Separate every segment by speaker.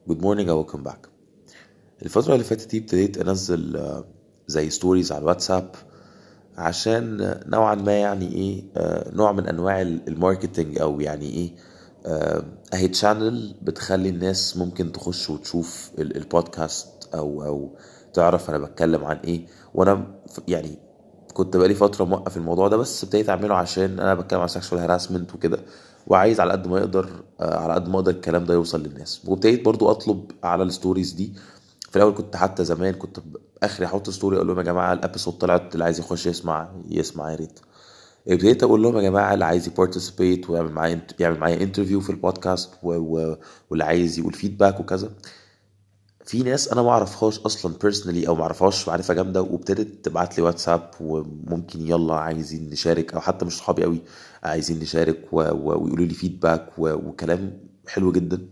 Speaker 1: Good morning and welcome back. الفترة اللي فاتت دي ابتديت انزل زي ستوريز على الواتساب عشان نوعا ما يعني ايه نوع من انواع الماركتينج او يعني ايه اهي تشانل بتخلي الناس ممكن تخش وتشوف البودكاست او تعرف انا بتكلم عن ايه. وانا يعني كنت بقالي فترة موقف الموضوع ده، بس ابتديت اعمله عشان انا بتكلم عن sexual harassment وكده، وعايز على قد ما يقدر على قد ما اقدر الكلام ده يوصل للناس. وابتديت برضو اطلب على الستوريز دي. في الاول كنت حتى زمان كنت اخري احط ستوري اقول لهم يا جماعه الابيسود طلعت، اللي عايز يخش يسمع يا ريت. ابتديت اقول لهم يا جماعه اللي عايز يبارتيسيبيت يعمل معايا انترفيو في البودكاست واللي عايز يقول فيدباك وكذا. في ناس انا ما اعرفهاش اصلا بيرسونالي او ما اعرفهاش معرفه جامده، وابتدت تبعت لي واتساب وممكن يلا عايزين نشارك، او حتى مش صحابي قوي عايزين نشارك ويقولوا لي فيدباك وكلام حلو جدا.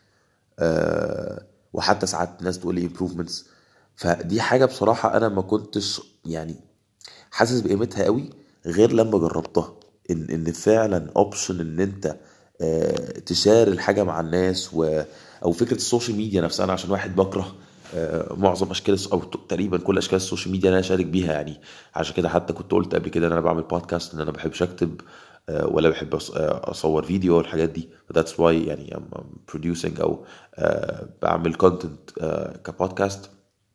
Speaker 1: وحتى ساعات ناس تقول لي improvements. فدي حاجه بصراحه انا ما كنتش يعني حاسس بقيمتها قوي غير لما جربتها، ان فعلا اوبشن ان انت تشار الحاجه مع الناس او فكره السوشيال ميديا نفسها. انا عشان واحد بكره معظم اشكال او تقريبا كل اشكال السوشيال ميديا انا اشارك بيها يعني. عشان كده حتى كنت قلت قبل كده ان انا بعمل بودكاست، ان انا بحبش اكتب ولا بحب اصور فيديو والحاجات دي. that's why يعني I'm producing او بعمل content كبودكاست.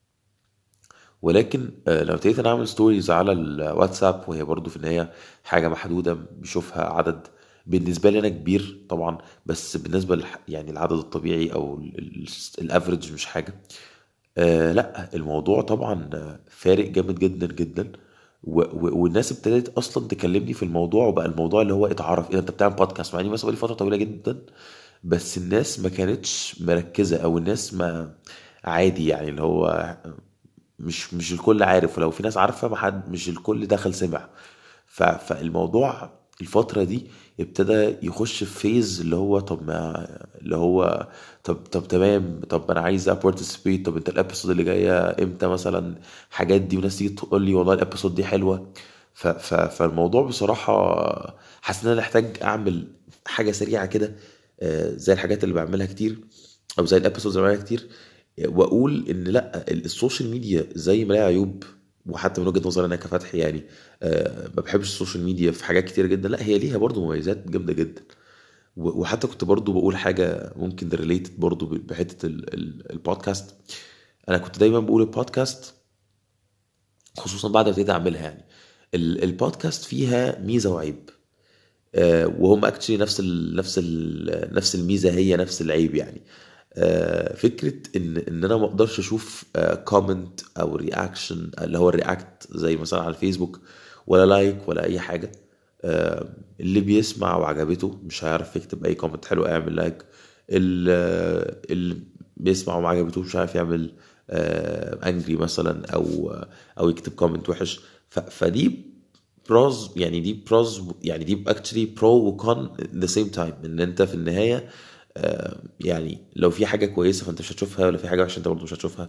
Speaker 1: ولكن لو ابتديت انا اعمل ستوريز على الواتساب، وهي برضو في النهايه حاجه محدوده بيشوفها عدد بالنسبه لي انا كبير طبعا، بس بالنسبه يعني العدد الطبيعي او الافريج مش حاجه. لا الموضوع طبعا فارق جامد جدا جدا. والناس ابتدت اصلا تكلمني في الموضوع، وبقى الموضوع اللي هو اتعرف ايه ده انت بتعمل بودكاست، مع اني مثلا بقالي فتره طويله جدا، بس الناس ما كانتش مركزه، او الناس ما عادي يعني اللي هو مش الكل عارف، ولو في ناس عارفة ما حد مش الكل دخل سمع. فالموضوع الفترة دي ابتدى يخش في فيز اللي هو طب ما اللي هو طب تمام، طب انا عايز ابارتيسيبيت، طب انت الابيسود اللي جايه امتى مثلا؟ حاجات دي وناس تيجي تقول لي والله الابيسود دي حلوه. فالموضوع بصراحه حاسس ان انا محتاج اعمل حاجه سريعه كده، زي الحاجات اللي بعملها كتير، او زي الابيسودز اللي بعملها كتير، واقول ان لا السوشيال ميديا زي ما لها عيوب. وحتى من وجهة نظري انا كفتحي يعني ما بحبش السوشيال ميديا في حاجات كتير جدا، لا هي ليها برضو مميزات جامدة جدا. وحتى كنت برضو بقول حاجة ممكن ريليتد برضو بحتة البودكاست. انا كنت دايما بقول البودكاست خصوصا بعد ما ابتديت اعملها يعني البودكاست فيها ميزة وعيب، وهم اكشلي نفس الميزه هي نفس العيب يعني. فكره ان انا ما اقدرش اشوف كومنت او رياكشن اللي هو الرياكت زي مثلا على الفيسبوك، ولا لايك ولا اي حاجه. اللي بيسمع وعجبته مش هيعرف يكتب اي كومنت حلو يعمل لايك. اللي بيسمع وما عجبته مش عارف يعمل انجري مثلا او يكتب كومنت وحش. فدي بروز يعني دي بروز يعني دي اكشلي برو وكون ذا سيم تايم، ان انت في النهايه يعني لو في حاجه كويسه فانت مش هتشوفها، ولو في حاجه وحشه انت برضه مش هتشوفها.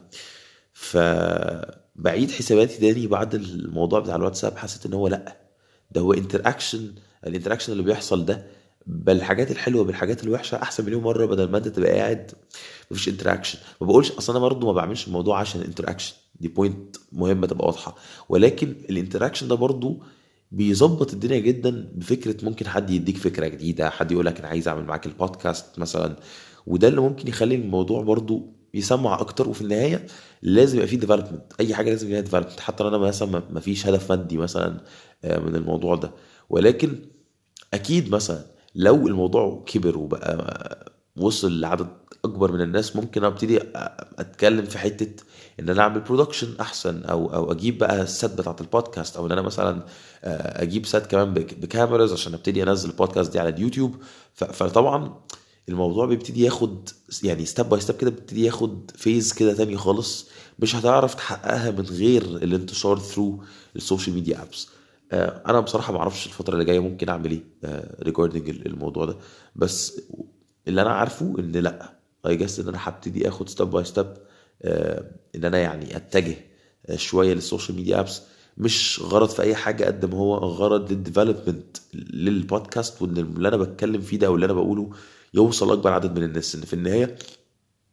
Speaker 1: فبعيد حساباتي تاني بعد الموضوع بتاع الواتساب، حسيت ان هو لا، ده هو الانتراكشن اللي بيحصل ده بالحاجات الحلوه بالحاجات الوحشه احسن مليون مره، بدل ما انت تبقى قاعد مفيش انتراكشن. ما بقولش اصلا انا برضه ما بعملش الموضوع عشان الانتراكشن، دي بوينت مهمه تبقى واضحه. ولكن الانتراكشن ده برضه بيظبط الدنيا جدا بفكره ممكن حد يديك فكره جديده، حد يقول لك انا عايز اعمل معاك البودكاست مثلا. وده اللي ممكن يخلي الموضوع برضو يسمع اكتر. وفي النهايه لازم يبقى فيه ديفلوبمنت، اي حاجه لازم يبقى فيها ديفلوبمنت، حتى لو انا مثلا ما فيش هدف مادي مثلا من الموضوع ده. ولكن اكيد مثلا لو الموضوع كبر وبقى وصل لعدد اكبر من الناس، ممكن ابتدي اتكلم في حته ان انا اعمل برودكشن احسن، او اجيب بقى السيت بتاعت البودكاست، او ان انا مثلا اجيب سيت كمان بكاميراز عشان ابتدي انزل البودكاست دي على اليوتيوب. فطبعا الموضوع بيبتدي ياخد يعني ستيب باي ستيب كده، بيبتدي ياخد فيز كده تاني خالص، مش هتعرف تحققها من غير الانتشار ثرو السوشيال ميديا ابس. انا بصراحه ما اعرفش الفتره اللي جايه ممكن اعمل ايه ريجاردنج الموضوع ده، بس اللي انا عارفه ان لا اي جاست ان انا هبتدي اخد ستيب باي ستيب، ان انا يعني اتجه شويه للسوشيال ميديا ابس. مش غرض في اي حاجه قد ما هو غرض للديفلوبمنت للبودكاست، وان اللي انا بتكلم فيه ده او اللي انا بقوله يوصل اكبر عدد من الناس. ان في النهايه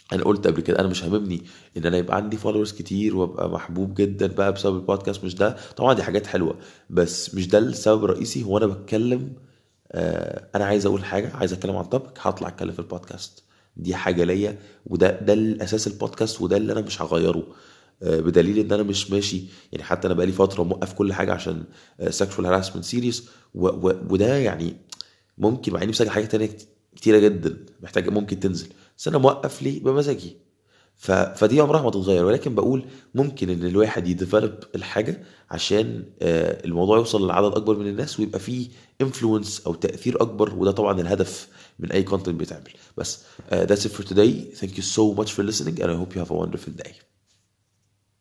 Speaker 1: انا قلت قبل كده انا مش هاممني ان انا يبقى عندي فولورز كتير وابقى محبوب جدا بقى بسبب البودكاست، مش ده طبعا، دي حاجات حلوه بس مش ده السبب الرئيسي. هو انا بتكلم، انا عايز اقول حاجه، عايز اتكلم عن توبك، هطلع اتكلم في البودكاست. دي حاجه ليا، وده الاساس البودكاست، وده اللي انا مش هغيره. بدليل ان انا مش ماشي يعني، حتى انا بقالي فتره موقف كل حاجه عشان سexual harassment سيريس، وده يعني ممكن مع اني مسجل حاجات تانية كتيره جدا محتاجه ممكن تنزل، بس انا موقف ليه بمزاجي. فدي عمرها ما تتغير، ولكن بقول ممكن ان الواحد يديفلوب الحاجه عشان الموضوع يوصل لعدد اكبر من الناس، ويبقى فيه انفلونس او تاثير اكبر، وده طبعا الهدف من اي كونتنت بيتعمل. بس that's it for today. Thank you so much for listening and I hope you have a wonderful day.